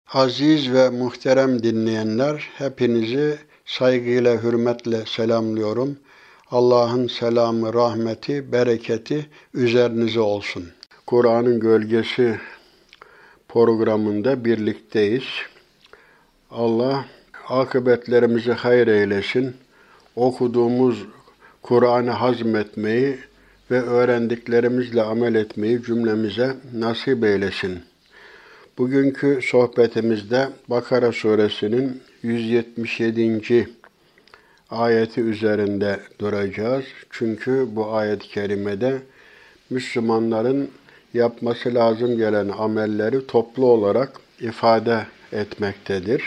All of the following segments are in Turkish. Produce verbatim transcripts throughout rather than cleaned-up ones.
Aziz ve muhterem dinleyenler, hepinizi saygıyla, hürmetle selamlıyorum. Allah'ın selamı, rahmeti, bereketi üzerinize olsun. Kur'an'ın Gölgesi programında birlikteyiz. Allah akıbetlerimizi hayır eylesin. Okuduğumuz Kur'an'ı hazmetmeyi ve öğrendiklerimizle amel etmeyi cümlemize nasip eylesin. Bugünkü sohbetimizde Bakara suresinin yüz yetmiş yedinci ayeti üzerinde duracağız. Çünkü bu ayet-i kerimede Müslümanların yapması lazım gelen amelleri toplu olarak ifade etmektedir.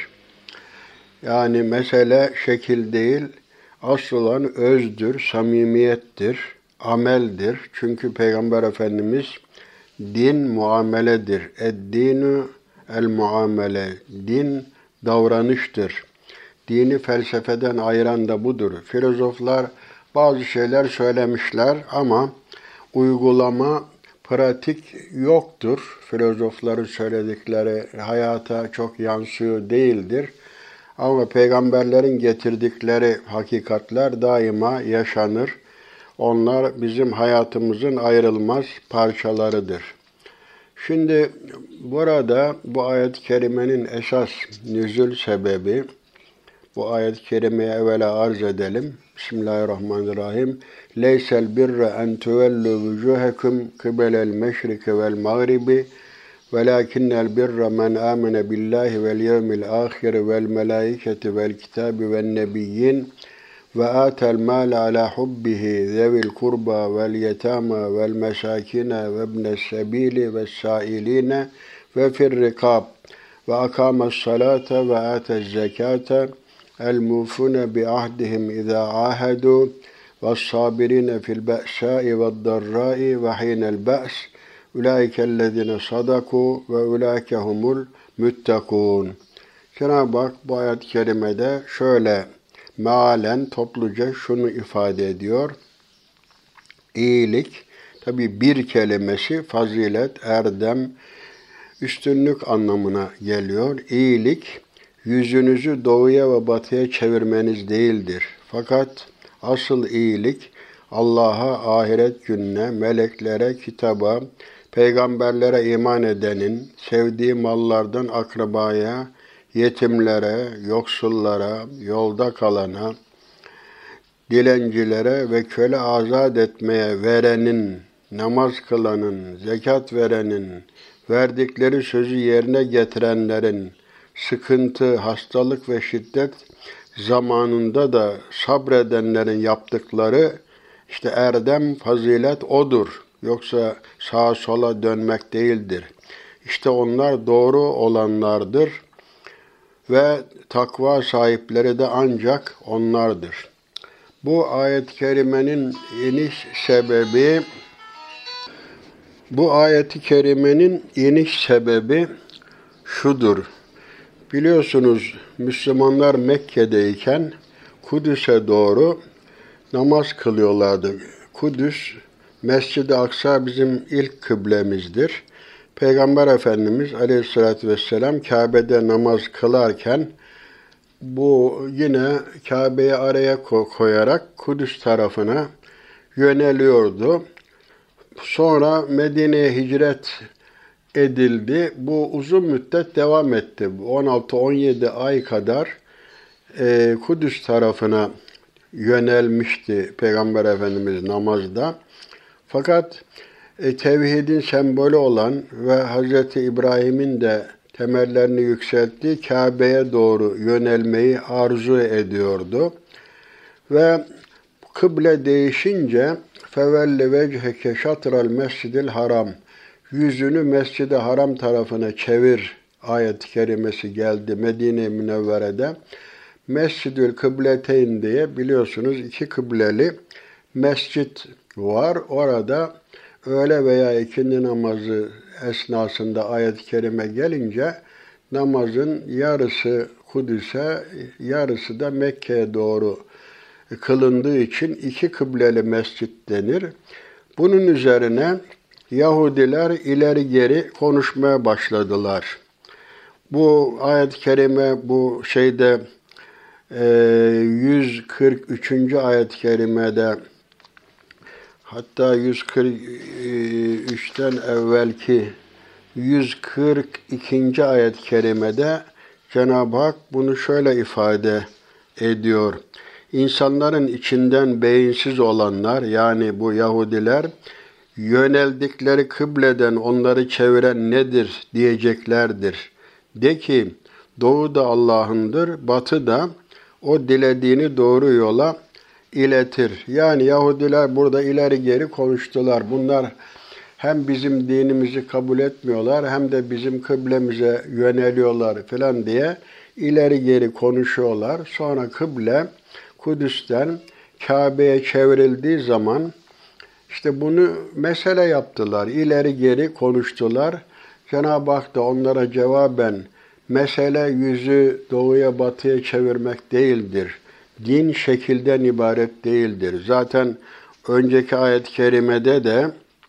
Yani mesele şekil değil, asıl olan özdür, samimiyettir, ameldir. Çünkü Peygamber Efendimiz din muameledir. Ed-dinu el-muamele. Din davranıştır. Dini felsefeden ayıran da budur. Filozoflar bazı şeyler söylemişler ama uygulama, pratik yoktur. Filozofların söyledikleri hayata çok yansıyor değildir. Ama peygamberlerin getirdikleri hakikatler daima yaşanır. Onlar bizim hayatımızın ayrılmaz parçalarıdır. Şimdi burada bu ayet-i kerimenin esas nüzul sebebi, bu ayet-i kerimeyi evvela arz edelim. Bismillahirrahmanirrahim. Leysel birre en tuvellu vucuhekum kıbelel meşriki vel mağribi velakinnel birre men amene billahi vel yevmil ahiri vel melaiketi vel kitabi vel nebiyyin ve atel mal ala hubbihi zevil kurba vel yetama vel mesakine ve ibnes sebili ve sailine ve fir rikab ve akames salate ve atez zekate el mufune bi ahdihim iza ahadu ve sabirine fil be'sai ve darrai ve hinel be's ulaikellezine sadaku ve ulaike humul müttekûn. Cenab-ı Hak bu ayet-i kerimede şöyle mealen topluca şunu ifade ediyor. İyilik, tabi bir kelimesi fazilet, erdem, üstünlük anlamına geliyor. İyilik, yüzünüzü doğuya ve batıya çevirmeniz değildir. Fakat asıl iyilik, Allah'a, ahiret gününe, meleklere, kitaba, peygamberlere iman edenin, sevdiği mallardan akrabaya, yetimlere, yoksullara, yolda kalana, dilencilere ve köle azat etmeye verenin, namaz kılanın, zekat verenin, verdikleri sözü yerine getirenlerin, sıkıntı, hastalık ve şiddet zamanında da sabredenlerin yaptıkları, işte erdem, fazilet odur. Yoksa sağa sola dönmek değildir. İşte onlar doğru olanlardır. Ve takva sahipleri de ancak onlardır. Bu ayet-i kerimenin iniş sebebi, bu ayet-i kerimenin iniş sebebi şudur. Biliyorsunuz Müslümanlar Mekke'deyken Kudüs'e doğru namaz kılıyorlardı. Kudüs, Mescid-i Aksa bizim ilk kıblemizdir. Peygamber Efendimiz Aleyhisselatü Vesselam Kabe'de namaz kılarken bu yine Kabe'yi araya koyarak Kudüs tarafına yöneliyordu. Sonra Medine'ye hicret edildi. Bu uzun müddet devam etti. on altı on yedi ay kadar e, Kudüs tarafına yönelmişti Peygamber Efendimiz namazda. Fakat E, tevhidin sembolü olan ve Hazreti İbrahim'in de temellerini yükselttiği Kabe'ye doğru yönelmeyi arzu ediyordu. Ve kıble değişince fevelle vecheke şatrel mescidil haram, yüzünü Mescid-i Haram tarafına çevir ayet-i kerimesi geldi Medine-i Münevvere'de. Mescid-ül Kıbleteyn diye biliyorsunuz iki kıbleli mescit var. Orada öğle veya ikindi namazı esnasında ayet-i kerime gelince namazın yarısı Kudüs'e, yarısı da Mekke'ye doğru kılındığı için iki kıbleli mescit denir. Bunun üzerine Yahudiler ileri geri konuşmaya başladılar. Bu ayet-i kerime bu şeyde e, yüz kırk üçüncü ayet-i kerimede, hatta yüz kırk üçten evvelki yüz kırk ikinci ayet-i kerimede Cenab-ı Hak bunu şöyle ifade ediyor. İnsanların içinden beyinsiz olanlar, yani bu Yahudiler, yöneldikleri kıbleden onları çeviren nedir diyeceklerdir. De ki, doğu da Allah'ındır, batı da o dilediğini doğru yola iletir. Yani Yahudiler burada ileri geri konuştular. Bunlar hem bizim dinimizi kabul etmiyorlar hem de bizim kıblemize yöneliyorlar falan diye ileri geri konuşuyorlar. Sonra kıble Kudüs'ten Kabe'ye çevrildiği zaman işte bunu mesele yaptılar. İleri geri konuştular. Cenab-ı Hak da onlara cevaben mesele yüzü doğuya batıya çevirmek değildir. Din şekilden ibaret değildir. Zaten önceki ayet-i kerimede de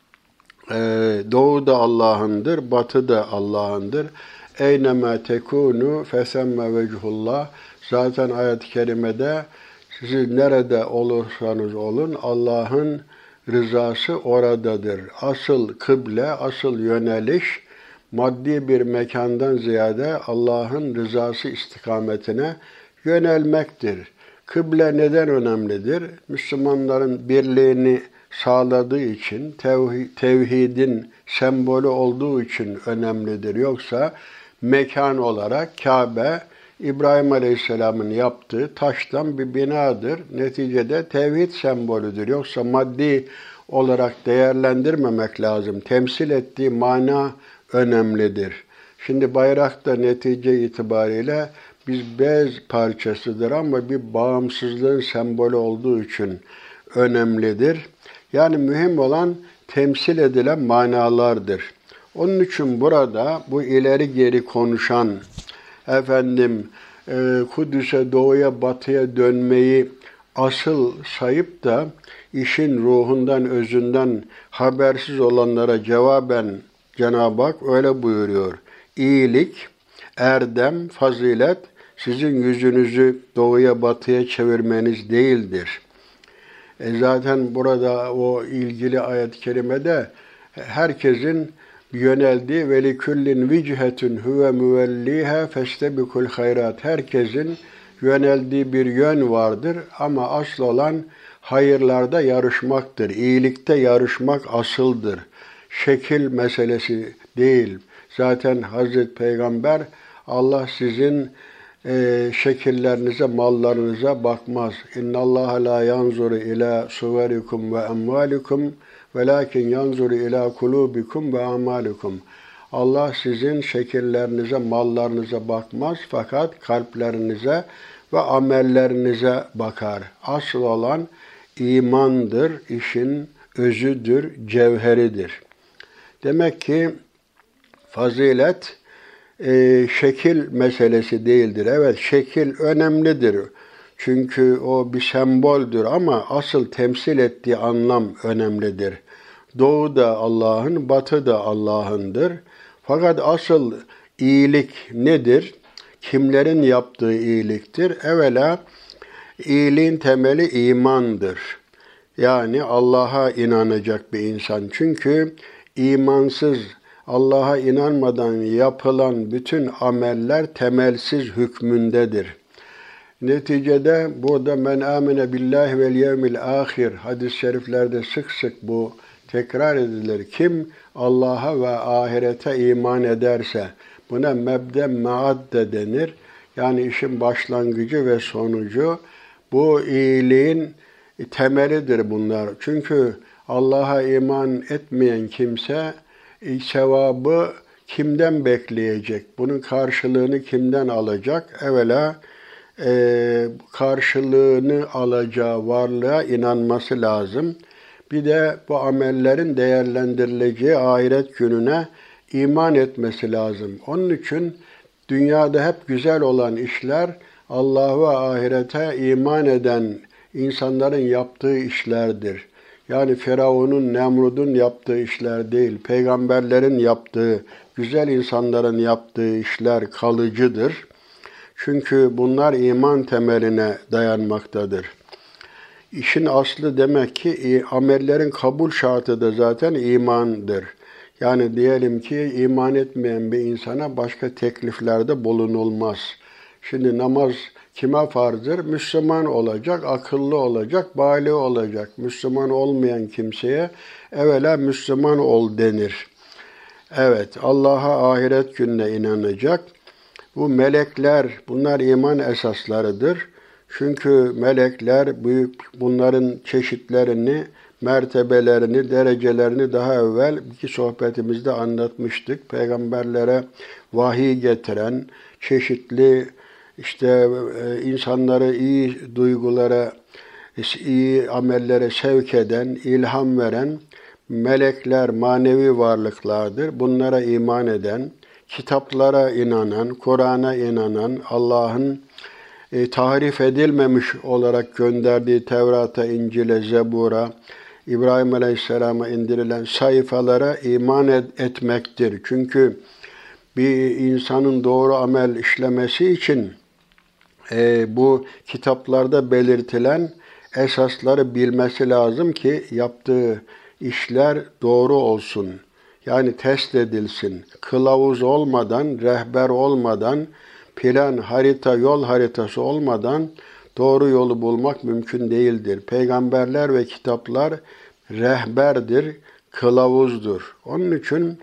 e, doğu da Allah'ındır, batı da Allah'ındır. Eynema tekunu fesemme vechullah. Zaten ayet-i kerimede siz nerede olursanız olun Allah'ın rızası oradadır. Asıl kıble, asıl yöneliş maddi bir mekandan ziyade Allah'ın rızası istikametine yönelmektir. Kıble neden önemlidir? Müslümanların birliğini sağladığı için, tevhid, tevhidin sembolü olduğu için önemlidir. Yoksa mekan olarak Kabe, İbrahim Aleyhisselam'ın yaptığı taştan bir binadır. Neticede tevhid sembolüdür. Yoksa maddi olarak değerlendirmemek lazım. Temsil ettiği mana önemlidir. Şimdi bayrakta netice itibariyle biz bez parçasıdır ama bir bağımsızlığın sembolü olduğu için önemlidir. Yani mühim olan temsil edilen manalardır. Onun için burada bu ileri geri konuşan, efendim e, Kudüs'e doğuya batıya dönmeyi asıl sayıp da işin ruhundan, özünden habersiz olanlara cevaben Cenab-ı Hak öyle buyuruyor. İyilik, erdem, fazilet sizin yüzünüzü doğuya batıya çevirmeniz değildir. E zaten burada o ilgili ayet-i kerimede herkesin yöneldiği ve liküllin vichetun huve müvelliha festebikul hayrat. Herkesin yöneldiği bir yön vardır ama asıl olan hayırlarda yarışmaktır. İyilikte yarışmak asıldır. Şekil meselesi değil. Zaten Hazreti Peygamber Allah sizin e, şekillerinize, mallarınıza bakmaz. İnna Allah la yanzuru ila suverikum ve emvalikum velakin yanzuru ila kulubikum ve amalikum. Allah sizin şekillerinize, mallarınıza bakmaz fakat kalplerinize ve amellerinize bakar. Asıl olan imandır, işin özüdür, cevheridir. Demek ki fazilet e, şekil meselesi değildir. Evet, şekil önemlidir. Çünkü o bir semboldür ama asıl temsil ettiği anlam önemlidir. Doğu da Allah'ın, batı da Allah'ındır. Fakat asıl iyilik nedir? Kimlerin yaptığı iyiliktir? Evvela iyiliğin temeli imandır. Yani Allah'a inanacak bir insan. Çünkü imansız, Allah'a inanmadan yapılan bütün ameller temelsiz hükmündedir. Neticede burada men amene billahi vel yevmil ahir hadis-i şeriflerde sık sık bu tekrar edilir. Kim Allah'a ve ahirete iman ederse buna mebde maad de denir. Yani işin başlangıcı ve sonucu bu iyiliğin temelidir bunlar. Çünkü Allah'a iman etmeyen kimse sevabı kimden bekleyecek? Bunun karşılığını kimden alacak? Evvela e, karşılığını alacağı varlığa inanması lazım. Bir de bu amellerin değerlendirileceği ahiret gününe iman etmesi lazım. Onun için dünyada hep güzel olan işler Allah'a ve ahirete iman eden insanların yaptığı işlerdir. Yani Firavun'un, Nemrud'un yaptığı işler değil, peygamberlerin yaptığı, güzel insanların yaptığı işler kalıcıdır. Çünkü bunlar iman temeline dayanmaktadır. İşin aslı demek ki amellerin kabul şartı da zaten imandır. Yani diyelim ki iman etmeyen bir insana başka tekliflerde bulunulmaz. Şimdi namaz kime farzdır? Müslüman olacak, akıllı olacak, bâli olacak. Müslüman olmayan kimseye evvela Müslüman ol denir. Evet, Allah'a ahiret gününe inanacak. Bu melekler, bunlar iman esaslarıdır. Çünkü melekler büyük, bunların çeşitlerini, mertebelerini, derecelerini daha evvel iki sohbetimizde anlatmıştık. Peygamberlere vahiy getiren, çeşitli işte insanları iyi duygulara, iyi amellere sevk eden, ilham veren melekler manevi varlıklardır. Bunlara iman eden, kitaplara inanan, Kur'an'a inanan, Allah'ın e, tahrif edilmemiş olarak gönderdiği Tevrat'a, İncil'e, Zebur'a, İbrahim Aleyhisselam'a indirilen sayfalara iman et, etmektir. Çünkü bir insanın doğru amel işlemesi için e, bu kitaplarda belirtilen esasları bilmesi lazım ki yaptığı işler doğru olsun. Yani test edilsin. Kılavuz olmadan, rehber olmadan, plan, harita, yol haritası olmadan doğru yolu bulmak mümkün değildir. Peygamberler ve kitaplar rehberdir, kılavuzdur. Onun için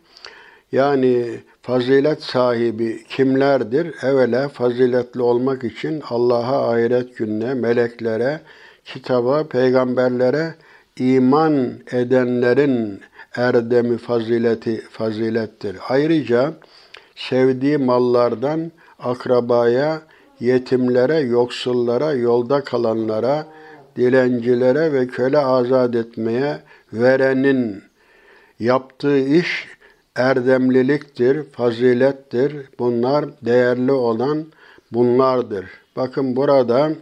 yani fazilet sahibi kimlerdir? Evvela faziletli olmak için Allah'a, ahiret gününe, meleklere, kitaba, peygamberlere iman edenlerin erdemi, fazileti, fazilettir. Ayrıca sevdiği mallardan akrabaya, yetimlere, yoksullara, yolda kalanlara, dilencilere ve köle azat etmeye verenin yaptığı iş erdemliliktir, fazilettir. Bunlar değerli olan bunlardır. Bakın burada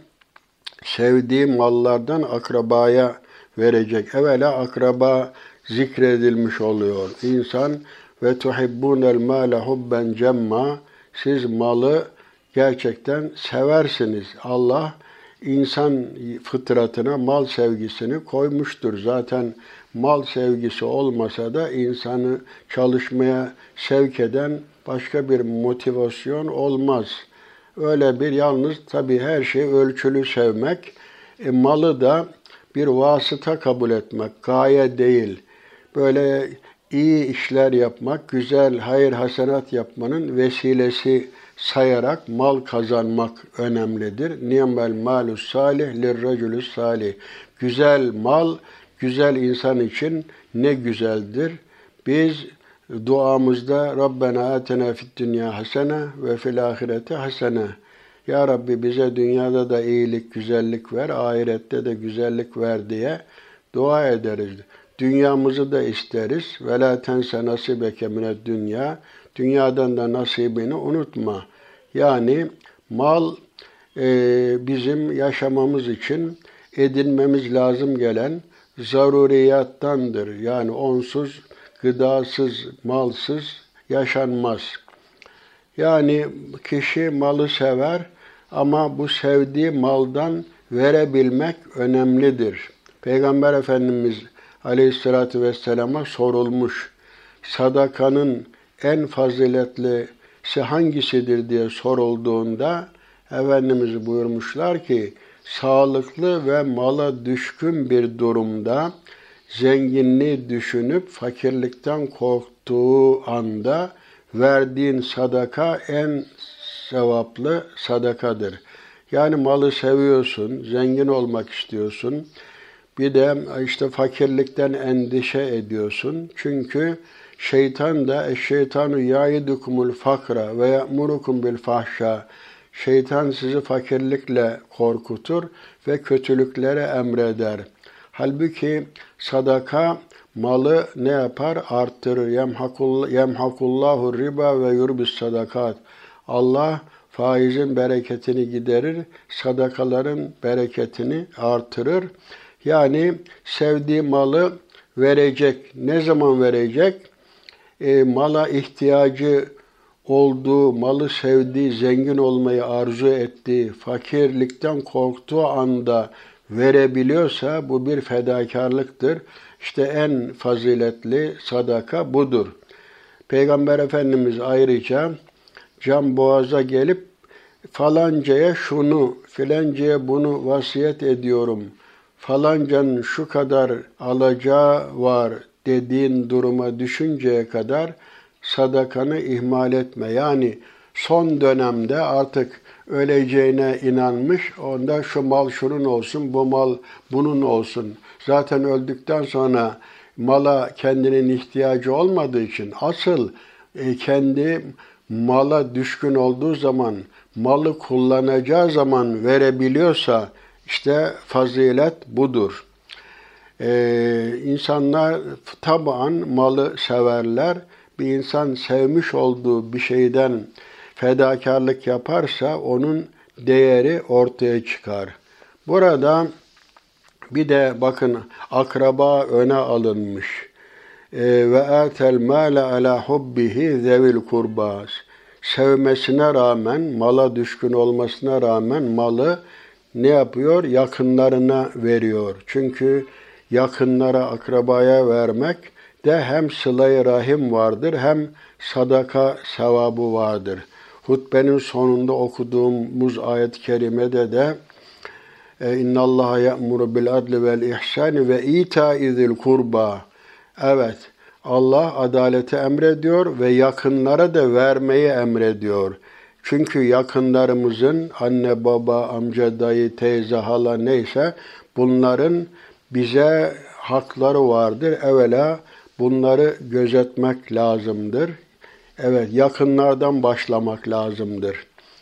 sevdiği mallardan akrabaya verecek. Evvela akraba zikredilmiş oluyor. İnsan ve tuhibbunel mâle hubben cemma, siz malı gerçekten seversiniz. Allah insan fıtratına mal sevgisini koymuştur. Zaten mal sevgisi olmasa da insanı çalışmaya sevk eden başka bir motivasyon olmaz. Öyle bir yalnız tabii her şey ölçülü sevmek, e, malı da bir vasıta kabul etmek, gaye değil. Böyle iyi işler yapmak, güzel hayır hasenat yapmanın vesilesi sayarak mal kazanmak önemlidir. Ni'mel malus salih lirraculus salih. Güzel mal, güzel insan için ne güzeldir. Biz duamızda Rabbena atena fid dünya hasene ve fil ahireti hasene. Ya Rabbi bize dünyada da iyilik, güzellik ver, ahirette de güzellik ver diye dua ederiz. Dünyamızı da isteriz. Ve la tense nasibeke mined dünya. Dünyadan da nasibini unutma. Yani mal e, bizim yaşamamız için edinmemiz lazım gelen zaruriyattandır. Yani onsuz, gıdasız, malsız yaşanmaz. Yani kişi malı sever ama bu sevdiği maldan verebilmek önemlidir. Peygamber Efendimiz Aleyhisselatü Vesselam'a sorulmuş, sadakanın en faziletlisi hangisidir diye sorulduğunda Efendimiz buyurmuşlar ki, sağlıklı ve mala düşkün bir durumda zenginliği düşünüp fakirlikten korktuğu anda verdiğin sadaka en sevaplı sadakadır. Yani malı seviyorsun, zengin olmak istiyorsun. Bir de işte fakirlikten endişe ediyorsun. Çünkü şeytan da eşşeytanu yaidukumul fakra ve ya'murukum bil fahşa. Şeytan sizi fakirlikle korkutur ve kötülüklere emreder. Halbuki sadaka malı ne yapar? Arttırır. Yemhakullahu riba ve yurbis sadakat. Allah faizin bereketini giderir, sadakaların bereketini artırır. Yani sevdiği malı verecek. Ne zaman verecek? e, mala ihtiyacı olduğu, malı sevdiği, zengin olmayı arzu ettiği, fakirlikten korktuğu anda verebiliyorsa bu bir fedakarlıktır. İşte en faziletli sadaka budur. Peygamber Efendimiz ayrıca can boğaza gelip falancaya şunu, filancaya bunu vasiyet ediyorum, falancanın şu kadar alacağı var dediğin duruma düşünceye kadar sadakanı ihmal etme. Yani son dönemde artık öleceğine inanmış, onda şu mal şunun olsun, bu mal bunun olsun. Zaten öldükten sonra mala kendinin ihtiyacı olmadığı için asıl e, kendi mala düşkün olduğu zaman, malı kullanacağı zaman verebiliyorsa işte fazilet budur. Ee, insanlar taban malı severler. Bir insan sevmiş olduğu bir şeyden fedakarlık yaparsa onun değeri ortaya çıkar. Burada bir de bakın akraba öne alınmış. Ee, ve atel mâle alâ hubbihi zevil kurbâs. Sevmesine rağmen, mala düşkün olmasına rağmen malı ne yapıyor? Yakınlarına veriyor. Çünkü yakınlara, akrabaya vermek de hem sıla-i rahim vardır, hem sadaka sevabı vardır. Hutbenin sonunda okuduğumuz ayet-i kerimede de İnna Allaha ya'muru bil adli vel ihsani ve ita'i zil kurba. Evet, Allah adaleti emrediyor ve yakınlara da vermeyi emrediyor. Çünkü yakınlarımızın anne, baba, amca, dayı, teyze, hala neyse bunların bize hakları vardır. Evvela bunları gözetmek lazımdır. Evet, yakınlardan başlamak lazımdır.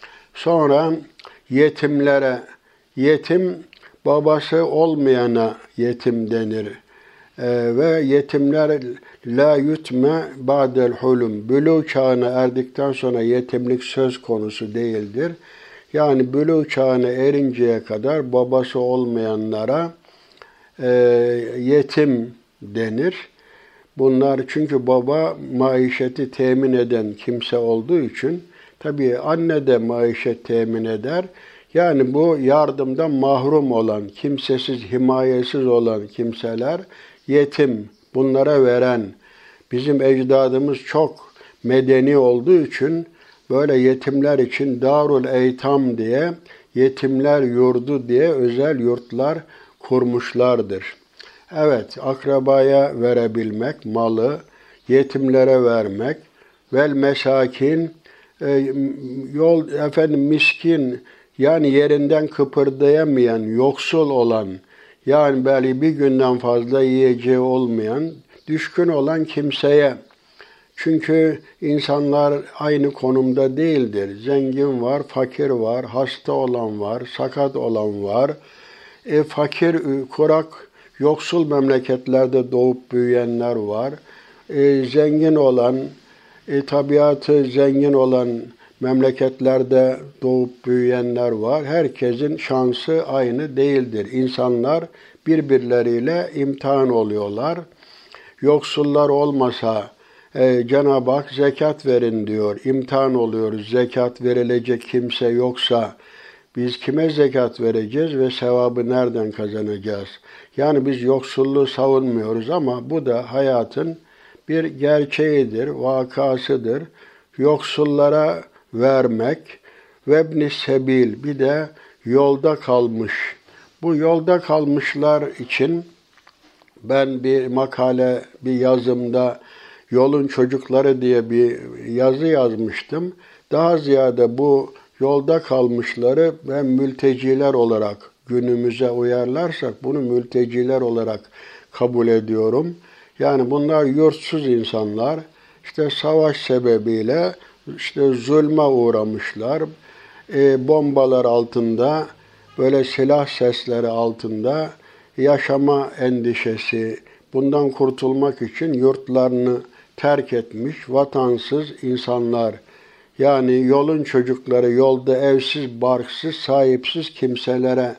Sonra yetimlere, yetim babası olmayana yetim denir. Ee, ve yetimler la yutme ba'del hulum. Bülûğ çağına erdikten sonra yetimlik söz konusu değildir. Yani bülûğ çağına erinceye kadar babası olmayanlara e, yetim denir. Bunlar çünkü baba maişeti temin eden kimse olduğu için tabii anne de maişet temin eder. Yani bu yardımdan mahrum olan, kimsesiz, himayesiz olan kimseler yetim, bunlara veren, bizim ecdadımız çok medeni olduğu için böyle yetimler için Darul Eytam diye, yetimler yurdu diye özel yurtlar kurmuşlardır. Evet, akrabaya verebilmek, malı, yetimlere vermek, vel mesakin, e, yol efendim miskin, yani yerinden kıpırdayamayan, yoksul olan, yani belki bir günden fazla yiyeceği olmayan, düşkün olan kimseye. Çünkü insanlar aynı konumda değildir. Zengin var, fakir var, hasta olan var, sakat olan var. E, fakir, kurak, yoksul memleketlerde doğup büyüyenler var. E, zengin olan, e, tabiatı zengin olan memleketlerde doğup büyüyenler var. Herkesin şansı aynı değildir. İnsanlar birbirleriyle imtihan oluyorlar. Yoksullar olmasa e, Cenab-ı Hak zekat verin diyor. İmtihan oluyoruz. Zekat verilecek kimse yoksa biz kime zekat vereceğiz ve sevabı nereden kazanacağız? Yani biz yoksulluğu savunmuyoruz ama bu da hayatın bir gerçeğidir, vakasıdır. Yoksullara vermek, vebni sebil, bir de yolda kalmış. Bu yolda kalmışlar için ben bir makale, bir yazımda Yolun Çocukları diye bir yazı yazmıştım. Daha ziyade bu yolda kalmışları ben mülteciler olarak günümüze uyarlarsak bunu mülteciler olarak kabul ediyorum. Yani bunlar yurtsuz insanlar, işte savaş sebebiyle işte zulme uğramışlar, e, bombalar altında, böyle silah sesleri altında yaşama endişesi, bundan kurtulmak için yurtlarını terk etmiş vatansız insanlar. Yani yolun çocukları, yolda evsiz, barksız, sahipsiz kimselere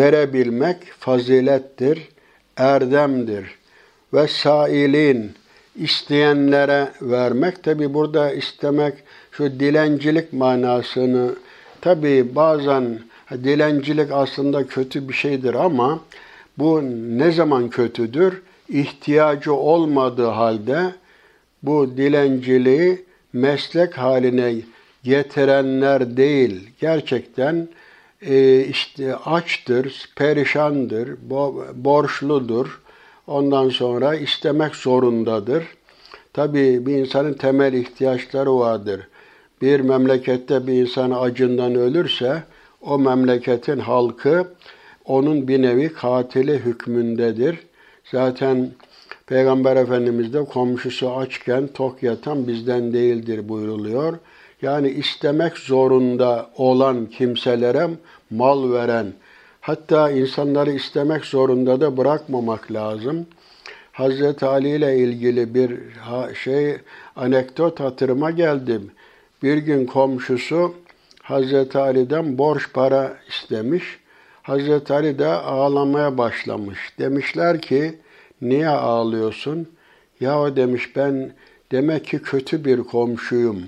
verebilmek fazilettir, erdemdir. Ve sailin, isteyenlere vermek. Tabi burada istemek şu dilencilik manasını, tabi bazen dilencilik aslında kötü bir şeydir ama bu ne zaman kötüdür? İhtiyacı olmadığı halde bu dilenciliği meslek haline getirenler değil, gerçekten e, işte açtır, perişandır, borçludur, ondan sonra istemek zorundadır. Tabii bir insanın temel ihtiyaçları vardır. Bir memlekette bir insan acından ölürse o memleketin halkı onun bir nevi katili hükmündedir. Zaten Peygamber Efendimiz de komşusu açken tok yatan bizden değildir buyruluyor. Yani istemek zorunda olan kimselere mal veren, hatta insanları istemek zorunda da bırakmamak lazım. Hazreti Ali ile ilgili bir şey, anekdot hatırıma geldi. Bir gün komşusu Hazreti Ali'den borç para istemiş. Hazreti Ali de ağlamaya başlamış. Demişler ki, niye ağlıyorsun? Ya o demiş, ben demek ki kötü bir komşuyum.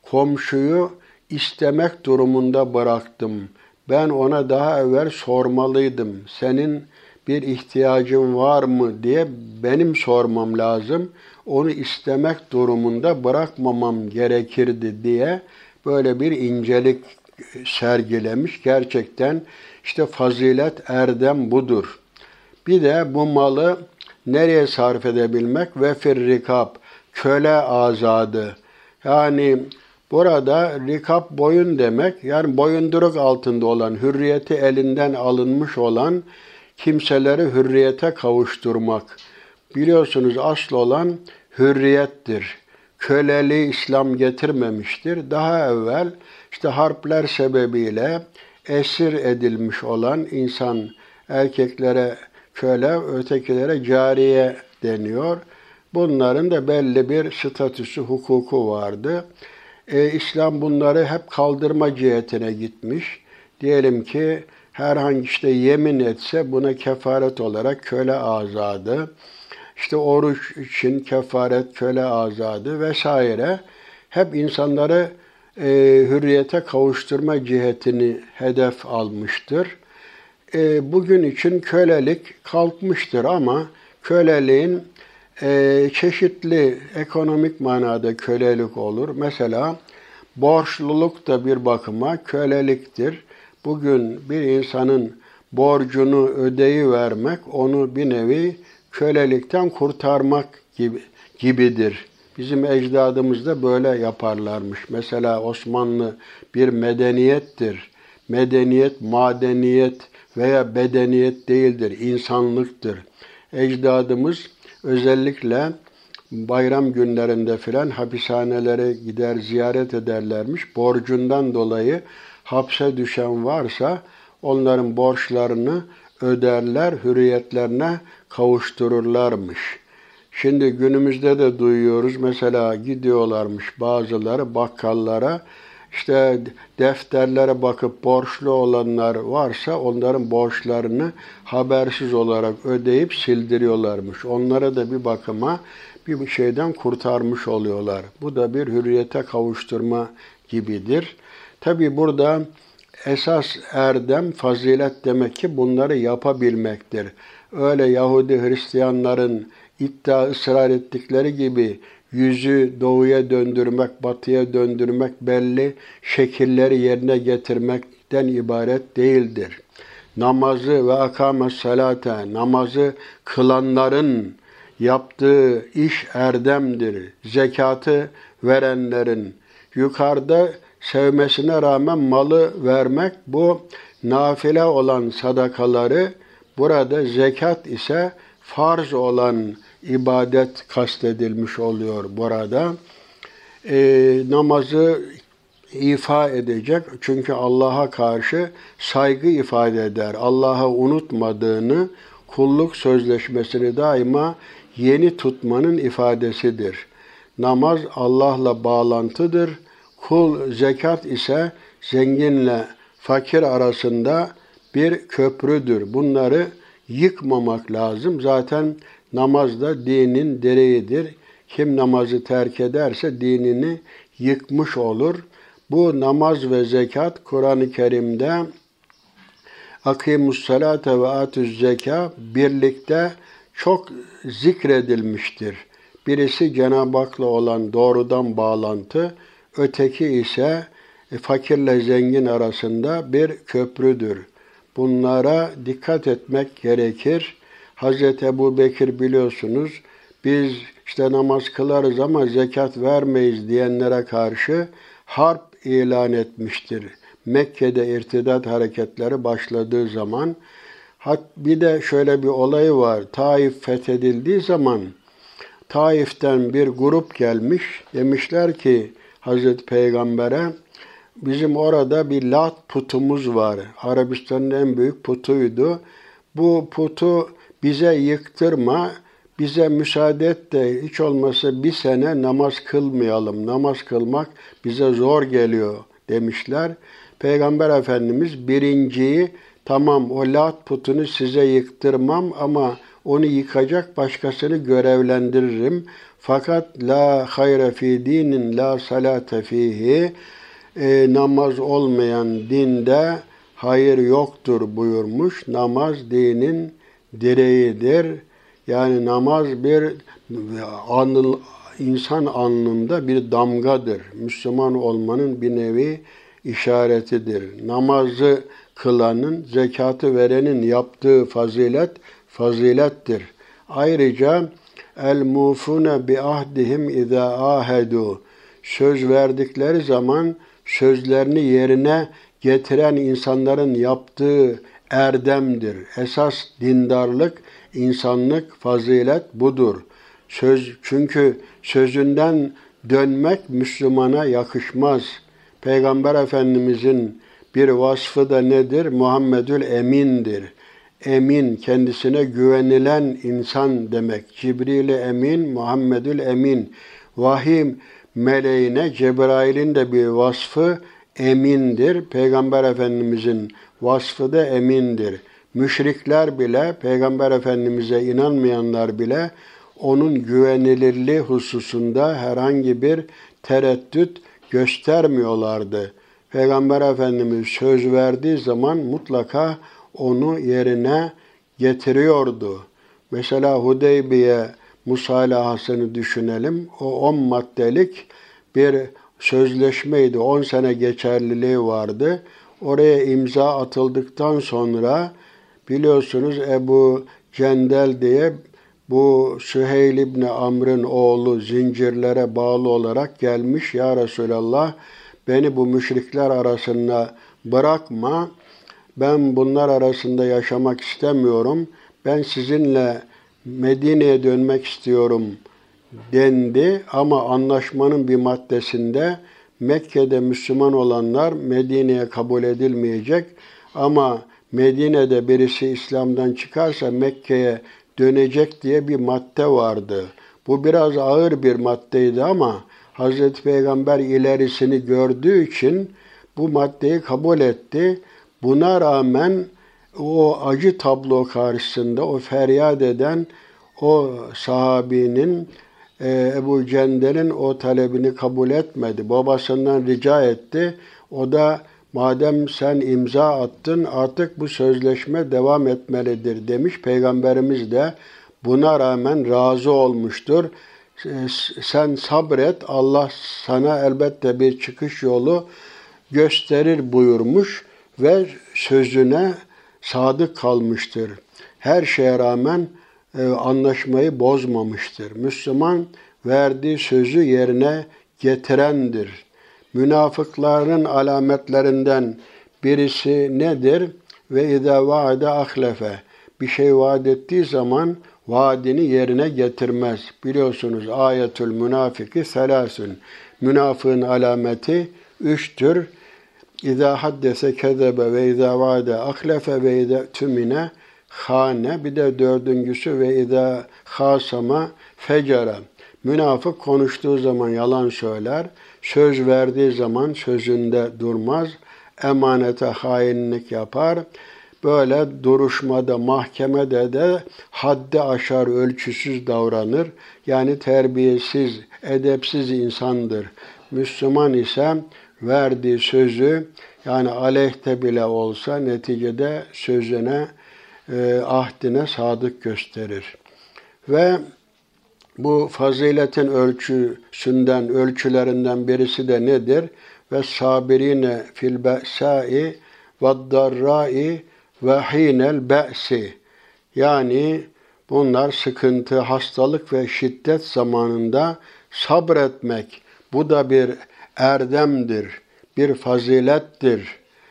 Komşuyu istemek durumunda bıraktım. Ben ona daha evvel sormalıydım. Senin bir ihtiyacın var mı diye benim sormam lazım. Onu istemek durumunda bırakmamam gerekirdi diye böyle bir incelik sergilemiş. Gerçekten işte fazilet, erdem budur. Bir de bu malı nereye sarf edebilmek? Ve fir rikab, köle azadı. Yani burada rikab boyun demek, yani boyunduruk altında olan, hürriyeti elinden alınmış olan kimseleri hürriyete kavuşturmak. Biliyorsunuz asıl olan hürriyettir. Köleliği İslam getirmemiştir. Daha evvel işte harpler sebebiyle esir edilmiş olan insan, erkeklere köle, ötekilere cariye deniyor. Bunların da belli bir statüsü, hukuku vardı. Ee, İslam bunları hep kaldırma cihetine gitmiş. Diyelim ki herhangi işte yemin etse buna kefaret olarak köle azadı, işte oruç için kefaret köle azadı vesaire. Hep insanları e, hürriyete kavuşturma cihetini hedef almıştır. E, bugün için kölelik kalkmıştır ama köleliğin e, çeşitli ekonomik manada kölelik olur. Mesela borçluluk da bir bakıma köleliktir. Bugün bir insanın borcunu ödeyivermek, onu bir nevi kölelikten kurtarmak gibi, gibidir. Bizim ecdadımız da böyle yaparlarmış. Mesela Osmanlı bir medeniyettir. Medeniyet, madeniyet veya bedeniyet değildir, insanlıktır. Ecdadımız özellikle bayram günlerinde filan hapishanelere gider, ziyaret ederlermiş. Borcundan dolayı hapse düşen varsa onların borçlarını öderler, hürriyetlerine kavuştururlarmış. Şimdi günümüzde de duyuyoruz, mesela gidiyorlarmış bazıları bakkallara, işte defterlere bakıp borçlu olanlar varsa onların borçlarını habersiz olarak ödeyip sildiriyorlarmış. Onlara da bir bakıma bir şeyden kurtarmış oluyorlar. Bu da bir hürriyete kavuşturma gibidir. Tabi burada esas erdem, fazilet demek ki bunları yapabilmektir. Öyle Yahudi Hristiyanların iddia ısrar ettikleri gibi yüzü doğuya döndürmek, batıya döndürmek, belli şekilleri yerine getirmekten ibaret değildir. Namazı ve akâmes salate, namazı kılanların yaptığı iş erdemdir. Zekatı verenlerin yukarıda sevmesine rağmen malı vermek, bu nafile olan sadakaları, burada zekat ise farz olan ibadet kastedilmiş oluyor burada. E, namazı ifa edecek, çünkü Allah'a karşı saygı ifade eder. Allah'ı unutmadığını, kulluk sözleşmesini daima yeni tutmanın ifadesidir. Namaz Allah'la bağlantıdır. Kul, zekat ise zenginle fakir arasında bir köprüdür. Bunları yıkmamak lazım. Zaten namaz da dinin direğidir. Kim namazı terk ederse dinini yıkmış olur. Bu namaz ve zekat Kur'an-ı Kerim'de akimus salate ve atüz zeka birlikte çok zikredilmiştir. Birisi Cenab-ı Hak'la olan doğrudan bağlantı, öteki ise fakirle zengin arasında bir köprüdür. Bunlara dikkat etmek gerekir. Hazreti Ebubekir biliyorsunuz, biz işte namaz kılarız ama zekat vermeyiz diyenlere karşı harp ilan etmiştir. Mekke'de irtidat hareketleri başladığı zaman. Bir de şöyle bir olay var. Taif fethedildiği zaman Taif'ten bir grup gelmiş. Demişler ki Hazreti Peygamber'e, bizim orada bir Lat putumuz var. Arabistan'ın en büyük putuydu. Bu putu bize yıktırma, bize müsaade et de hiç olmasa bir sene namaz kılmayalım. Namaz kılmak bize zor geliyor demişler. Peygamber Efendimiz birinciyi, tamam o Lat putunu size yıktırmam ama onu yıkacak başkasını görevlendiririm. Fakat la hayre fi dinin la salate fihi, e, namaz olmayan dinde hayır yoktur buyurmuş. Namaz dinin direğidir. Yani namaz bir anıl, insan alnında bir damgadır. Müslüman olmanın bir nevi işaretidir. Namazı kılanın, zekatı verenin yaptığı fazilet, fazilettir. Ayrıca el-mufune bi ahdihim izâ âhedû, söz verdikleri zaman sözlerini yerine getiren insanların yaptığı erdemdir. Esas dindarlık, insanlık, fazilet budur. Söz, çünkü sözünden dönmek Müslümana yakışmaz. Peygamber Efendimizin bir vasfı da nedir? Muhammedül Emin'dir. Emin, kendisine güvenilen insan demek. Cibril-i Emin, Muhammedül Emin. Vahiy meleğine Cebrail'in de bir vasfı emindir. Peygamber Efendimizin vasfı da emindir. Müşrikler bile, Peygamber Efendimiz'e inanmayanlar bile onun güvenilirliği hususunda herhangi bir tereddüt göstermiyorlardı. Peygamber Efendimiz söz verdiği zaman mutlaka onu yerine getiriyordu. Mesela Hudeybiye musalahasını düşünelim. O on maddelik bir sözleşmeydi. on sene geçerliliği vardı. Oraya imza atıldıktan sonra biliyorsunuz Ebu Cendel diye bu Süheyl İbni Amr'ın oğlu zincirlere bağlı olarak gelmiş. Ya Resulallah, beni bu müşrikler arasında bırakma. Ben bunlar arasında yaşamak istemiyorum. Ben sizinle Medine'ye dönmek istiyorum dendi. Ama anlaşmanın bir maddesinde Mekke'de Müslüman olanlar Medine'ye kabul edilmeyecek. Ama Medine'de birisi İslam'dan çıkarsa Mekke'ye dönecek diye bir madde vardı. Bu biraz ağır bir maddeydi ama Hazreti Peygamber ilerisini gördüğü için bu maddeyi kabul etti. Buna rağmen o acı tablo karşısında o feryat eden o sahabinin, e, Ebu Cendel'in o talebini kabul etmedi. Babasından rica etti. O da madem sen imza attın artık bu sözleşme devam etmelidir demiş. Peygamberimiz de buna rağmen razı olmuştur. Sen sabret, Allah sana elbette bir çıkış yolu gösterir buyurmuş ve sözüne sadık kalmıştır. Her şeye rağmen e, anlaşmayı bozmamıştır. Müslüman verdiği sözü yerine getirendir. Münafıkların alametlerinden birisi nedir? Ve izâ vaade ahlefe. Bir şey vaat ettiği zaman vaadini yerine getirmez. Biliyorsunuz ayetül münafiki selâsün. Münafığın alameti üçtür. İzâ haddese kezebe ve izâ vaade ahlefe ve izâ tümine hâne. Bir de dördüncüsü ve izâ hâsama fecere. Münafık konuştuğu zaman yalan söyler. Söz verdiği zaman sözünde durmaz. Emanete hainlik yapar. böyle duruşmada, mahkemede de haddi aşar, ölçüsüz davranır. Yani terbiyesiz, edepsiz insandır. Müslüman ise verdiği sözü, yani aleyhte bile olsa neticede sözüne, e, ahdine sadık gösterir. Ve bu faziletin ölçüsünden, ölçülerinden birisi de nedir? Ve sabirine fil be'sâi ve'd-darrâi ve hînel be'si. Yani bunlar sıkıntı, hastalık ve şiddet zamanında sabretmek. Bu da bir erdemdir, bir fazilettir.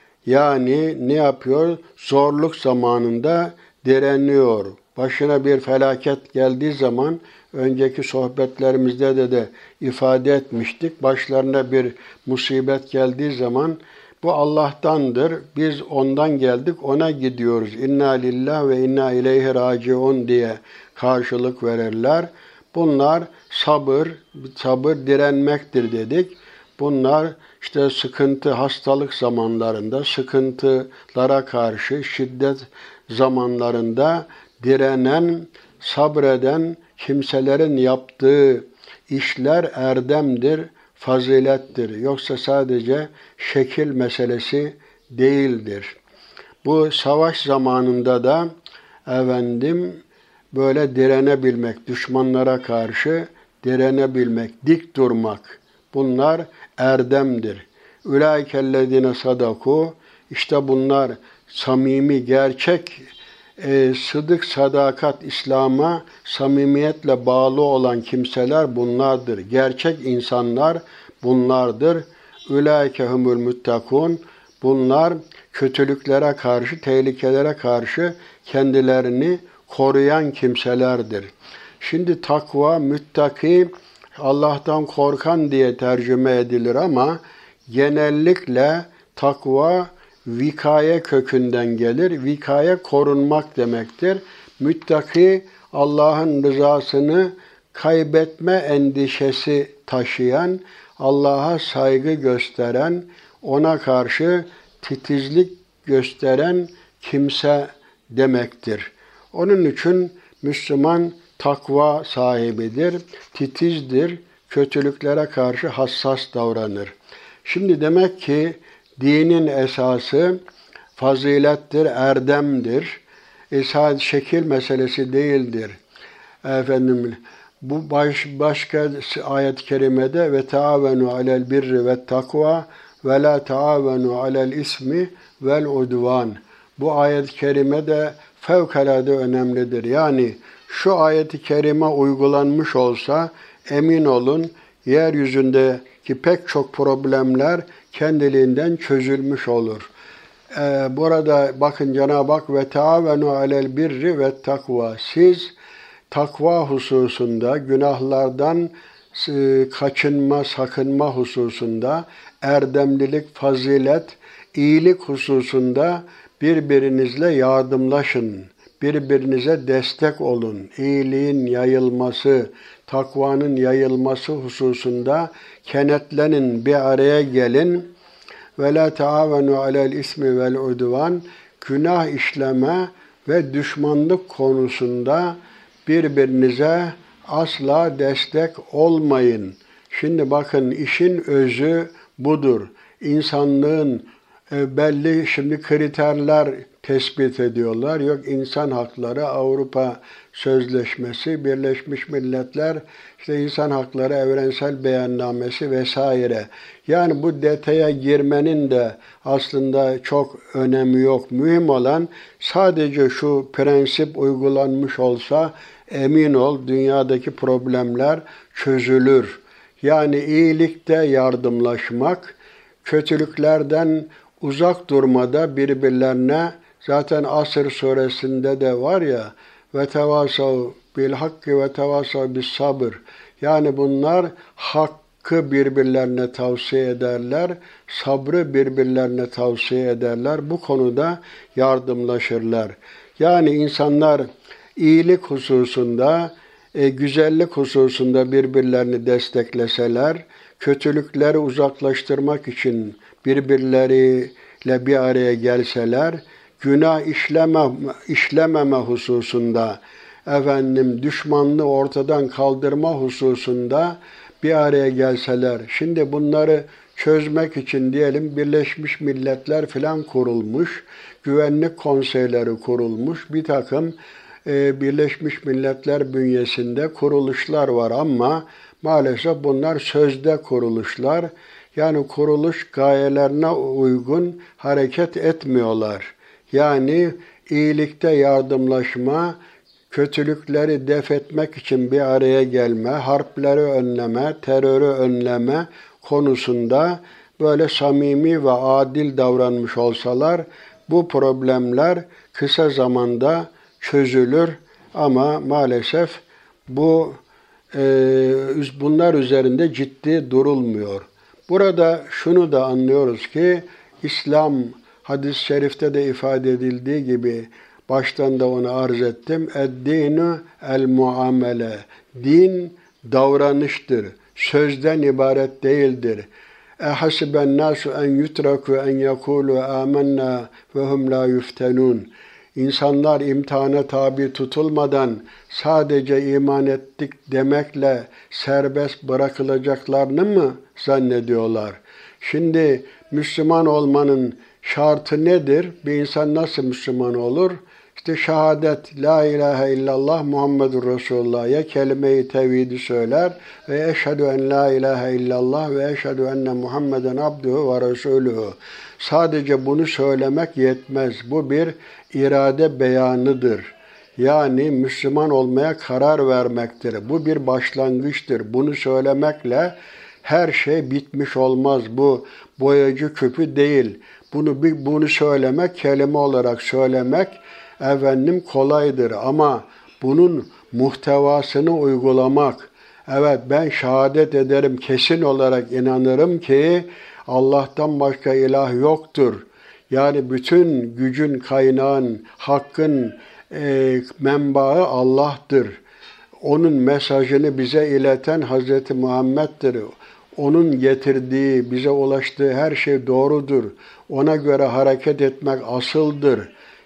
Yani ne yapıyor? Zorluk zamanında direniyor. Başına bir felaket geldiği zaman, önceki sohbetlerimizde de de ifade etmiştik. Başlarına bir musibet geldiği zaman bu Allah'tandır. Biz ondan geldik, ona gidiyoruz. İnna lillah ve inna ileyhi raciun diye karşılık verirler. Bunlar sabır, sabır direnmektir dedik. Bunlar işte sıkıntı, hastalık zamanlarında, sıkıntılara karşı şiddet zamanlarında direnen, sabreden kimselerin yaptığı işler erdemdir, fazilettir. Yoksa sadece şekil meselesi değildir. Bu savaş zamanında da efendim böyle direnebilmek, düşmanlara karşı direnebilmek, dik durmak, bunlar erdemdir. Ulaikellezine sadaku, işte bunlar samimi, gerçek, e, sıdık, sadakat, İslam'a samimiyetle bağlı olan kimseler bunlardır. Gerçek insanlar bunlardır. Ulaike humul muttakun, bunlar kötülüklere karşı, tehlikelere karşı kendilerini koruyan kimselerdir. Şimdi takva, müttaki, Allah'tan korkan diye tercüme edilir ama genellikle takva vikaye kökünden gelir. Vikaye korunmak demektir. Müttaki Allah'ın rızasını kaybetme endişesi taşıyan, Allah'a saygı gösteren, ona karşı titizlik gösteren kimse demektir. Onun için Müslüman takva sahibidir, titizdir, kötülüklere karşı hassas davranır. Şimdi demek ki dinin esası fazilettir, erdemdir. E sadece şekil meselesi değildir. Efendim, bu baş, başka ayet-i kerimede ve taavenu alel birri ve takva ve la taavenu alel ismi vel udvan. Bu ayet-i kerime de fevkalade önemlidir. Yani şu ayet-i kerime uygulanmış olsa emin olun yeryüzündeki pek çok problemler kendiliğinden çözülmüş olur. Ee, burada bakın Cenab-ı Hak ve taavenu alel birri ve takva. Siz takva hususunda, günahlardan kaçınma, sakınma hususunda, erdemlilik, fazilet, iyilik hususunda birbirinizle yardımlaşın. Birbirinize destek olun. İyiliğin yayılması, takvanın yayılması hususunda kenetlenin, bir araya gelin. Ve la taavenu alel ismi vel udvan, günah işleme ve düşmanlık konusunda birbirinize asla destek olmayın. Şimdi bakın işin özü budur. İnsanlığın e, belli şimdi kriterler tespit ediyorlar. Yok insan hakları, Avrupa Sözleşmesi, Birleşmiş Milletler, işte insan hakları evrensel beyannamesi vesaire. Yani bu detaya girmenin de aslında çok önemi yok. Mühim olan sadece şu prensip uygulanmış olsa emin ol dünyadaki problemler çözülür. Yani iyilikte yardımlaşmak, kötülüklerden uzak durmada birbirlerine, zaten Asr suresinde de var ya, ve tevasav bil hakkı ve tevasav bis sabır. Yani bunlar hakkı birbirlerine tavsiye ederler, sabrı birbirlerine tavsiye ederler. Bu konuda yardımlaşırlar. Yani insanlar iyilik hususunda, e, güzellik hususunda birbirlerini destekleseler, kötülükleri uzaklaştırmak için birbirleriyle bir araya gelseler, günah işleme, işlememe hususunda, efendim düşmanlığı ortadan kaldırma hususunda bir araya gelseler. Şimdi bunları çözmek için diyelim Birleşmiş Milletler falan kurulmuş, güvenlik konseyleri kurulmuş, bir takım e, Birleşmiş Milletler bünyesinde kuruluşlar var ama maalesef bunlar sözde kuruluşlar. Yani kuruluş gayelerine uygun hareket etmiyorlar. Yani iyilikte yardımlaşma, kötülükleri def etmek için bir araya gelme, harpleri önleme, terörü önleme konusunda böyle samimi ve adil davranmış olsalar bu problemler kısa zamanda çözülür ama maalesef bu e, bunlar üzerinde ciddi durulmuyor. Burada şunu da anlıyoruz ki İslam hadis-i şerifte de ifade edildiği gibi baştan da onu arz ettim. Ed-dinu el-muamele. Din davranıştır. Sözden ibaret değildir. Ehasiben nasu en yutraku en yekulu amennâ ve hum la yuftenun. İnsanlar imtihana tabi tutulmadan sadece iman ettik demekle serbest bırakılacaklarını mı zannediyorlar? Şimdi Müslüman olmanın şartı nedir? Bir insan nasıl Müslüman olur? İşte şehadet, la ilahe illallah Muhammedur Resulullah ya kelime-i tevhidi söyler ve eşhedü en la ilahe illallah ve eşhedü enne Muhammeden abduhu ve resuluhu. Sadece bunu söylemek yetmez. Bu bir irade beyanıdır. Yani Müslüman olmaya karar vermektir. Bu bir başlangıçtır. Bunu söylemekle her şey bitmiş olmaz. Bu boyacı küpü değil. Bunu bunu söylemek, kelime olarak söylemek efendim kolaydır ama bunun muhtevasını uygulamak, evet ben şehadet ederim, kesin olarak inanırım ki Allah'tan başka ilah yoktur. Yani bütün gücün, kaynağın, hakkın e, menbaı Allah'tır. Onun mesajını bize ileten Hazreti Muhammed'dir. Onun getirdiği, bize ulaştığı her şey doğrudur. Ona göre hareket etmek asıldır.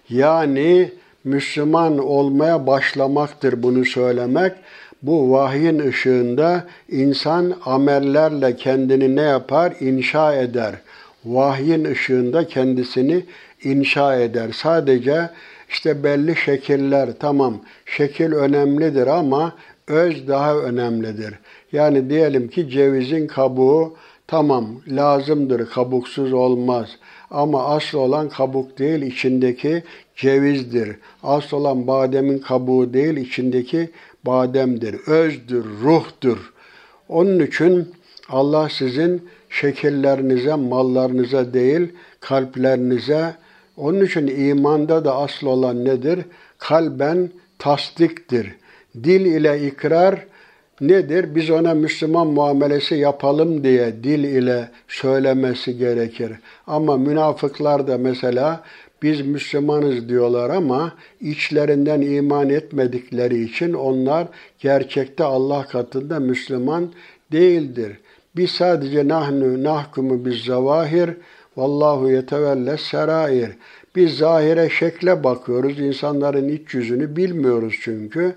Yani Müslüman olmaya başlamaktır bunu söylemek. Bu vahyin ışığında insan amellerle kendini ne yapar? İnşa eder. Vahyin ışığında kendisini inşa eder. Sadece işte belli şekiller, tamam şekil önemlidir ama öz daha önemlidir. Yani diyelim ki cevizin kabuğu tamam lazımdır, kabuksuz olmaz. Ama asıl olan kabuk değil, içindeki cevizdir. Asıl olan bademin kabuğu değil, içindeki bademdir. Özdür, ruhtur. Onun için Allah sizin şekillerinize, mallarınıza değil, kalplerinize, onun için imanda da asıl olan nedir? Kalben tasdiktir. Dil ile ikrar nedir? Biz ona Müslüman muamelesi yapalım diye dil ile söylemesi gerekir. Ama münafıklar da mesela biz Müslümanız diyorlar ama içlerinden iman etmedikleri için onlar gerçekte Allah katında Müslüman değildir. Biz sadece nahnu nahkumu biz zavahir vallahu yetevelle serair. Biz zahire şekle bakıyoruz. İnsanların iç yüzünü bilmiyoruz çünkü.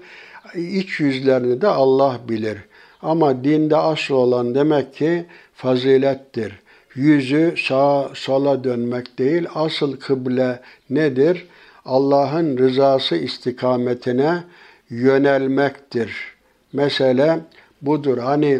İç yüzlerini de Allah bilir. Ama dinde asıl olan demek ki fazilettir. Yüzü sağa sola dönmek değil, asıl kıble nedir? Allah'ın rızası istikametine yönelmektir. Mesele budur. Hani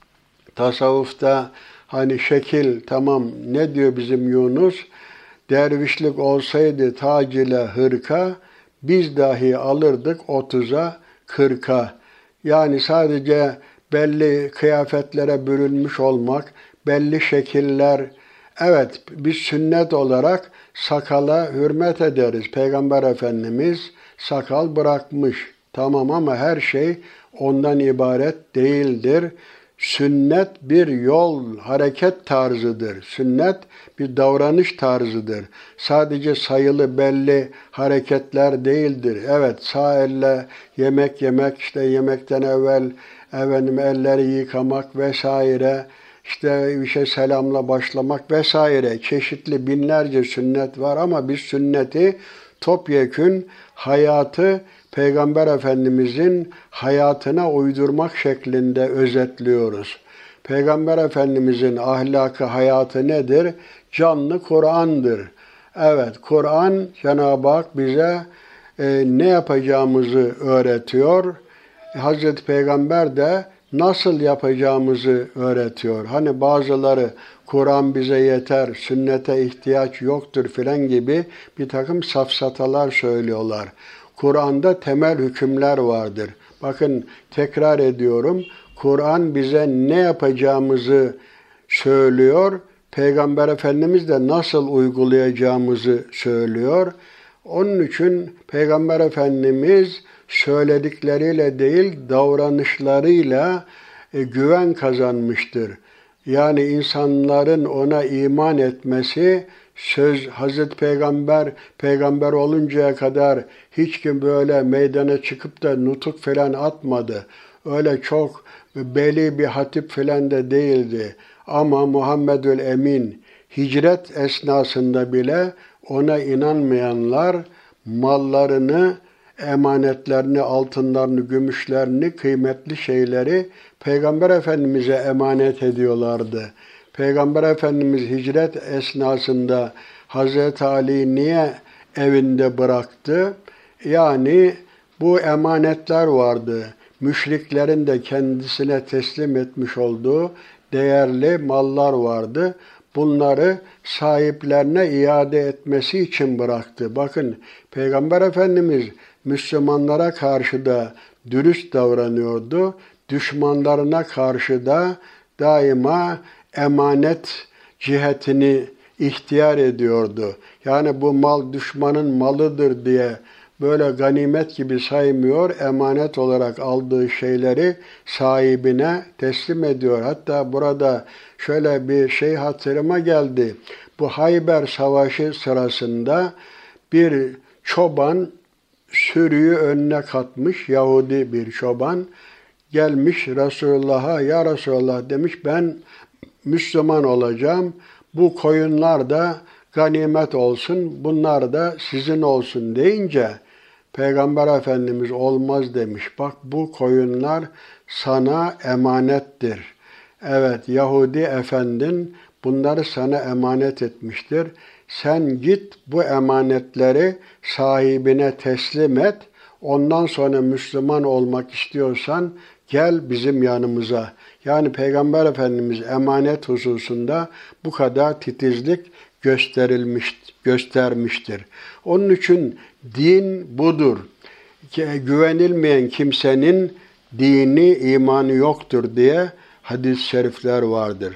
tasavvufta hani şekil tamam ne diyor bizim Yunus? Dervişlik olsaydı tac ile hırka biz dahi alırdık otuza kırka. Yani sadece belli kıyafetlere bürünmüş olmak, belli şekiller. Evet biz sünnet olarak sakala hürmet ederiz. Peygamber Efendimiz sakal bırakmış. Tamam ama her şey ondan ibaret değildir. Sünnet bir yol, hareket tarzıdır. Sünnet bir davranış tarzıdır. Sadece sayılı belli hareketler değildir. Evet sağ elle yemek yemek, işte yemekten evvel efendim elleri yıkamak vesaire. işte bir şey selamla başlamak vesaire çeşitli binlerce sünnet var ama biz sünneti topyekün hayatı Peygamber Efendimizin hayatına uydurmak şeklinde özetliyoruz. Peygamber Efendimizin ahlakı, hayatı nedir? Canlı Kur'an'dır. Evet, Kur'an Cenab-ı Hak bize e, ne yapacağımızı öğretiyor. Hazreti Peygamber de nasıl yapacağımızı öğretiyor. Hani bazıları Kur'an bize yeter, sünnete ihtiyaç yoktur filan gibi bir takım safsatalar söylüyorlar. Kur'an'da temel hükümler vardır. Bakın tekrar ediyorum, Kur'an bize ne yapacağımızı söylüyor, Peygamber Efendimiz de nasıl uygulayacağımızı söylüyor. Onun için Peygamber Efendimiz söyledikleriyle değil, davranışlarıyla e, güven kazanmıştır. Yani insanların ona iman etmesi, söz Hazreti Peygamber, peygamber oluncaya kadar hiç kim böyle meydana çıkıp da nutuk falan atmadı. Öyle çok beli bir hatip falan da değildi. Ama Muhammedül Emin hicret esnasında bile ona inanmayanlar mallarını, emanetlerini, altınlarını, gümüşlerini, kıymetli şeyleri Peygamber Efendimiz'e emanet ediyorlardı. Peygamber Efendimiz hicret esnasında Hazreti Ali'yi niye evinde bıraktı? Yani bu emanetler vardı. Müşriklerin de kendisine teslim etmiş olduğu değerli mallar vardı. Bunları sahiplerine iade etmesi için bıraktı. Bakın Peygamber Efendimiz Müslümanlara karşı da dürüst davranıyordu. Düşmanlarına karşı da daima emanet cihetini ihtiyar ediyordu. Yani bu mal düşmanın malıdır diye böyle ganimet gibi saymıyor, emanet olarak aldığı şeyleri sahibine teslim ediyor. Hatta burada şöyle bir şey hatırıma geldi. Bu Hayber Savaşı sırasında bir çoban sürüyü önüne katmış, Yahudi bir çoban. Gelmiş Resulullah'a, ya Resulullah demiş, ben Müslüman olacağım. Bu koyunlar da ganimet olsun, bunlar da sizin olsun deyince Peygamber Efendimiz olmaz demiş. Bak bu koyunlar sana emanettir. Evet, Yahudi efendin bunları sana emanet etmiştir. Sen git bu emanetleri sahibine teslim et. Ondan sonra Müslüman olmak istiyorsan gel bizim yanımıza. Yani Peygamber Efendimiz emanet hususunda bu kadar titizlik gösterilmiş, göstermiştir. Onun için din budur. Güvenilmeyen kimsenin dini, imanı yoktur diye hadis-i şerifler vardır.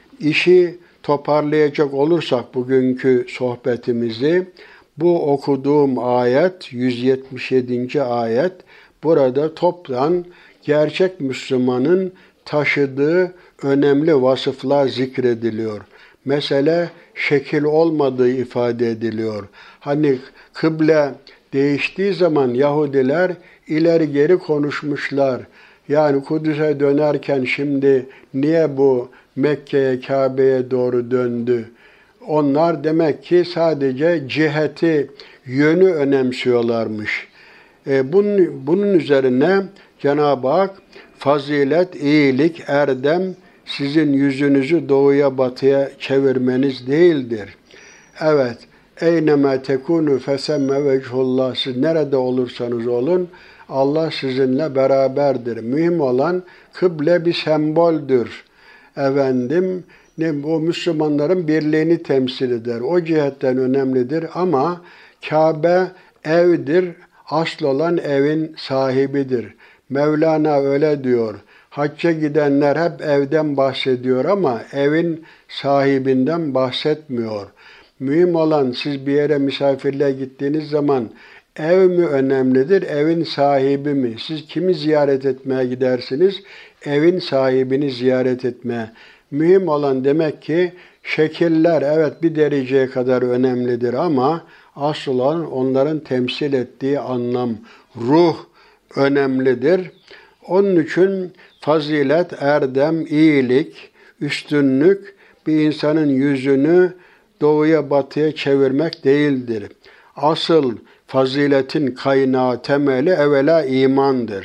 İşi toparlayacak olursak bugünkü sohbetimizi, bu okuduğum ayet, yüz yetmiş yedinci ayet, burada toptan gerçek Müslümanın taşıdığı önemli vasıflar zikrediliyor. Mesele şekil olmadığı ifade ediliyor. Hani kıble değiştiği zaman Yahudiler ileri geri konuşmuşlar. Yani Kudüs'e dönerken şimdi niye bu Mekke'ye, Kabe'ye doğru döndü? Onlar demek ki sadece ciheti, yönü önemsiyorlarmış. E bunun, bunun üzerine Cenab-ı Hak fazilet, iyilik, erdem sizin yüzünüzü doğuya batıya çevirmeniz değildir. Evet, eyneme tekunu fesemme vechullah, siz nerede olursanız olun Allah sizinle beraberdir. Mühim olan kıble bir semboldür. Efendim, ne, bu Müslümanların birliğini temsil eder. O cihetten önemlidir ama Kabe evdir. Asıl olan evin sahibidir. Mevlana öyle diyor. Hacca gidenler hep evden bahsediyor ama evin sahibinden bahsetmiyor. Mühim olan siz bir yere misafirliğe gittiğiniz zaman ev mi önemlidir, evin sahibi mi? Siz kimi ziyaret etmeye gidersiniz? Evin sahibini ziyaret etmeye. Mühim olan demek ki şekiller evet bir dereceye kadar önemlidir ama asıl olan onların temsil ettiği anlam, ruh önemlidir. Onun için fazilet, erdem, iyilik, üstünlük bir insanın yüzünü doğuya batıya çevirmek değildir. Asıl faziletin kaynağı, temeli evvela imandır.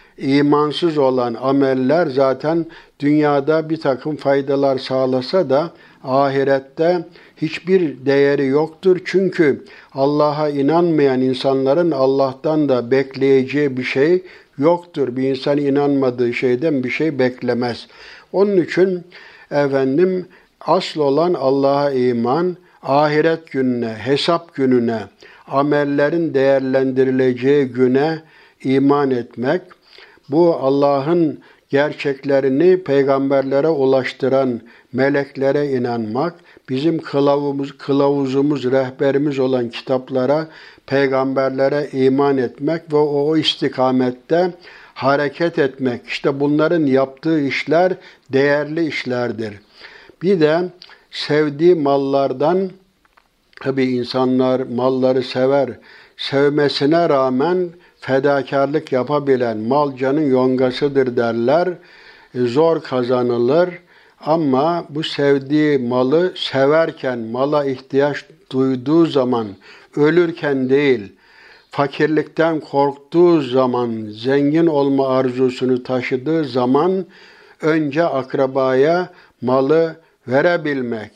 İmansız olan ameller zaten dünyada bir takım faydalar sağlasa da ahirette hiçbir değeri yoktur. Çünkü Allah'a inanmayan insanların Allah'tan da bekleyeceği bir şey yoktur. Bir insan inanmadığı şeyden bir şey beklemez. Onun için efendim asıl olan Allah'a iman, ahiret gününe, hesap gününe, amellerin değerlendirileceği güne iman etmek, bu Allah'ın gerçeklerini peygamberlere ulaştıran meleklere inanmak, bizim kılavuzumuz, kılavuzumuz, rehberimiz olan kitaplara, peygamberlere iman etmek ve o istikamette hareket etmek. İşte bunların yaptığı işler değerli işlerdir. Bir de sevdiği mallardan, tabii insanlar malları sever, sevmesine rağmen fedakarlık yapabilen mal canın yongasıdır derler. Zor kazanılır ama bu sevdiği malı severken, mala ihtiyaç duyduğu zaman, ölürken değil, fakirlikten korktuğu zaman, zengin olma arzusunu taşıdığı zaman önce akrabaya malı verebilmek,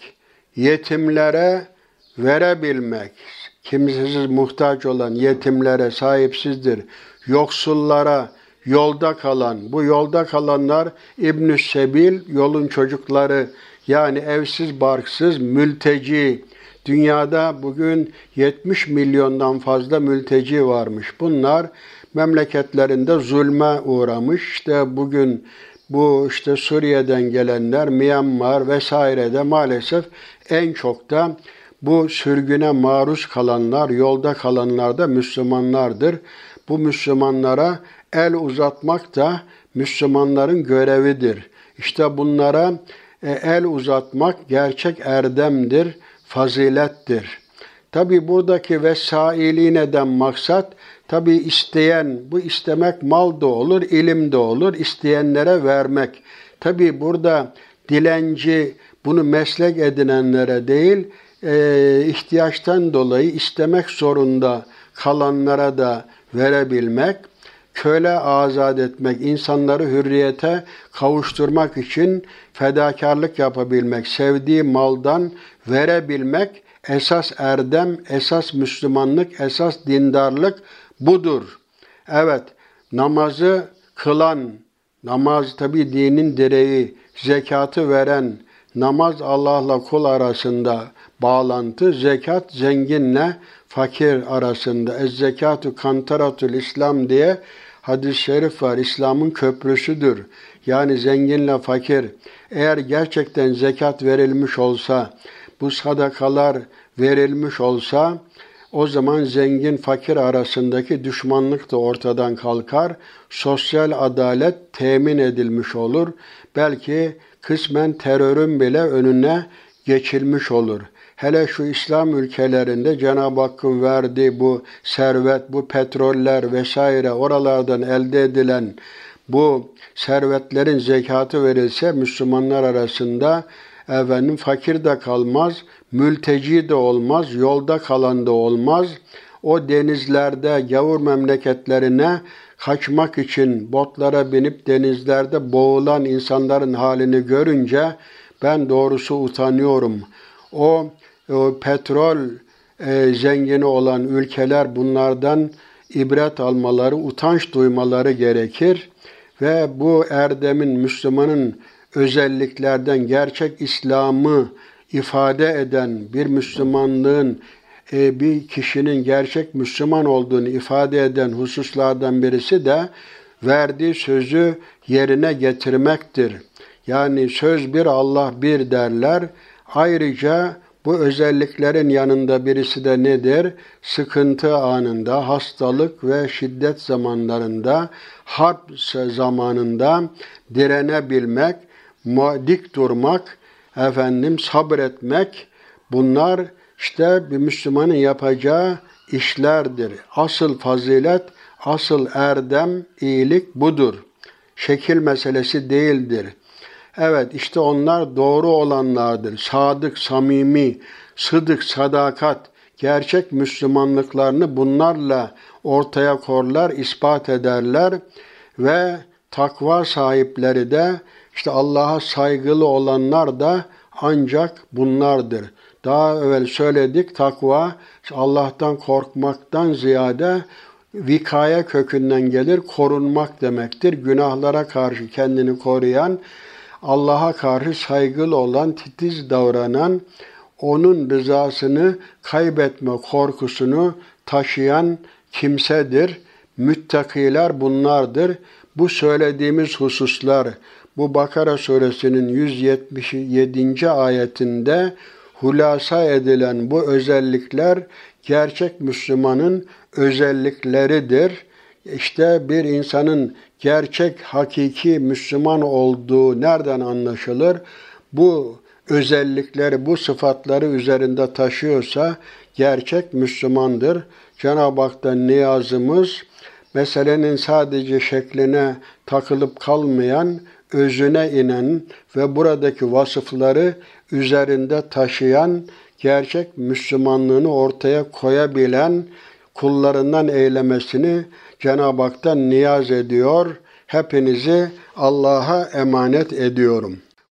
yetimlere verebilmek, kimsesiz muhtaç olan yetimlere sahipsizdir, yoksullara, yolda kalan, bu yolda kalanlar İbn-i Sebil, yolun çocukları, yani evsiz barksız mülteci. Dünyada bugün yetmiş milyondan fazla mülteci varmış. Bunlar memleketlerinde zulme uğramış. İşte bugün bu işte Suriye'den gelenler, Myanmar vesairede maalesef en çok da bu sürgüne maruz kalanlar, yolda kalanlar da Müslümanlardır. Bu Müslümanlara el uzatmak da Müslümanların görevidir. İşte bunlara el uzatmak gerçek erdemdir, fazilettir. Tabi buradaki vesailineden maksat, tabi isteyen, bu istemek mal da olur, ilim de olur, isteyenlere vermek. Tabi burada dilenci, bunu meslek edinenlere değil, e, ihtiyaçtan dolayı istemek zorunda kalanlara da verebilmek, köle azat etmek, insanları hürriyete kavuşturmak için fedakarlık yapabilmek, sevdiği maldan verebilmek, esas erdem, esas Müslümanlık, esas dindarlık budur. Evet, namazı kılan, namaz tabi dinin direği, zekatı veren, namaz Allah'la kul arasında bağlantı, zekat zenginle fakir arasında. Ez-zekatu kantaratul İslam diye hadis-i şerif var. İslam'ın köprüsüdür. Yani zenginle fakir. Eğer gerçekten zekat verilmiş olsa, bu sadakalar verilmiş olsa, o zaman zengin fakir arasındaki düşmanlık da ortadan kalkar. Sosyal adalet temin edilmiş olur. Belki kısmen terörün bile önüne geçilmiş olur. Hele şu İslam ülkelerinde Cenab-ı Hakk'ın verdiği bu servet, bu petroller vesaire oralardan elde edilen bu servetlerin zekatı verilse Müslümanlar arasında efendim fakir de kalmaz, mülteci de olmaz, yolda kalan da olmaz. O denizlerde gavur memleketlerine kaçmak için botlara binip denizlerde boğulan insanların halini görünce ben doğrusu utanıyorum. O, o petrol e, zengini olan ülkeler bunlardan ibret almaları, utanç duymaları gerekir. Ve bu erdemin, Müslümanın özelliklerden gerçek İslam'ı ifade eden bir Müslümanlığın, e, bir kişinin gerçek Müslüman olduğunu ifade eden hususlardan birisi de verdiği sözü yerine getirmektir. Yani söz bir, Allah bir derler. Ayrıca bu özelliklerin yanında birisi de nedir? Sıkıntı anında, hastalık ve şiddet zamanlarında, harp zamanında direnebilmek, dik durmak, efendim sabretmek, bunlar işte bir Müslümanın yapacağı işlerdir. Asıl fazilet, asıl erdem, iyilik budur. Şekil meselesi değildir. Evet, işte onlar doğru olanlardır. Sadık, samimi, sıdık, sadakat, gerçek Müslümanlıklarını bunlarla ortaya korlar, ispat ederler ve takva sahipleri de işte Allah'a saygılı olanlar da ancak bunlardır. Daha evvel söyledik, takva Allah'tan korkmaktan ziyade vikaye kökünden gelir, korunmak demektir. Günahlara karşı kendini koruyan, Allah'a karşı saygılı olan, titiz davranan, onun rızasını kaybetme korkusunu taşıyan kimsedir. Müttakiler bunlardır. Bu söylediğimiz hususlar, bu Bakara suresinin yüz yetmiş yedinci ayetinde hulasa edilen bu özellikler gerçek Müslümanın özellikleridir. İşte bir insanın gerçek, hakiki Müslüman olduğu nereden anlaşılır? Bu özellikleri, bu sıfatları üzerinde taşıyorsa gerçek Müslümandır. Cenab-ı Hak'tan niyazımız, meselenin sadece şekline takılıp kalmayan, özüne inen ve buradaki vasıfları üzerinde taşıyan, gerçek Müslümanlığını ortaya koyabilen kullarından eylemesini Cenab-ı Hak'tan niyaz ediyor. Hepinizi Allah'a emanet ediyorum.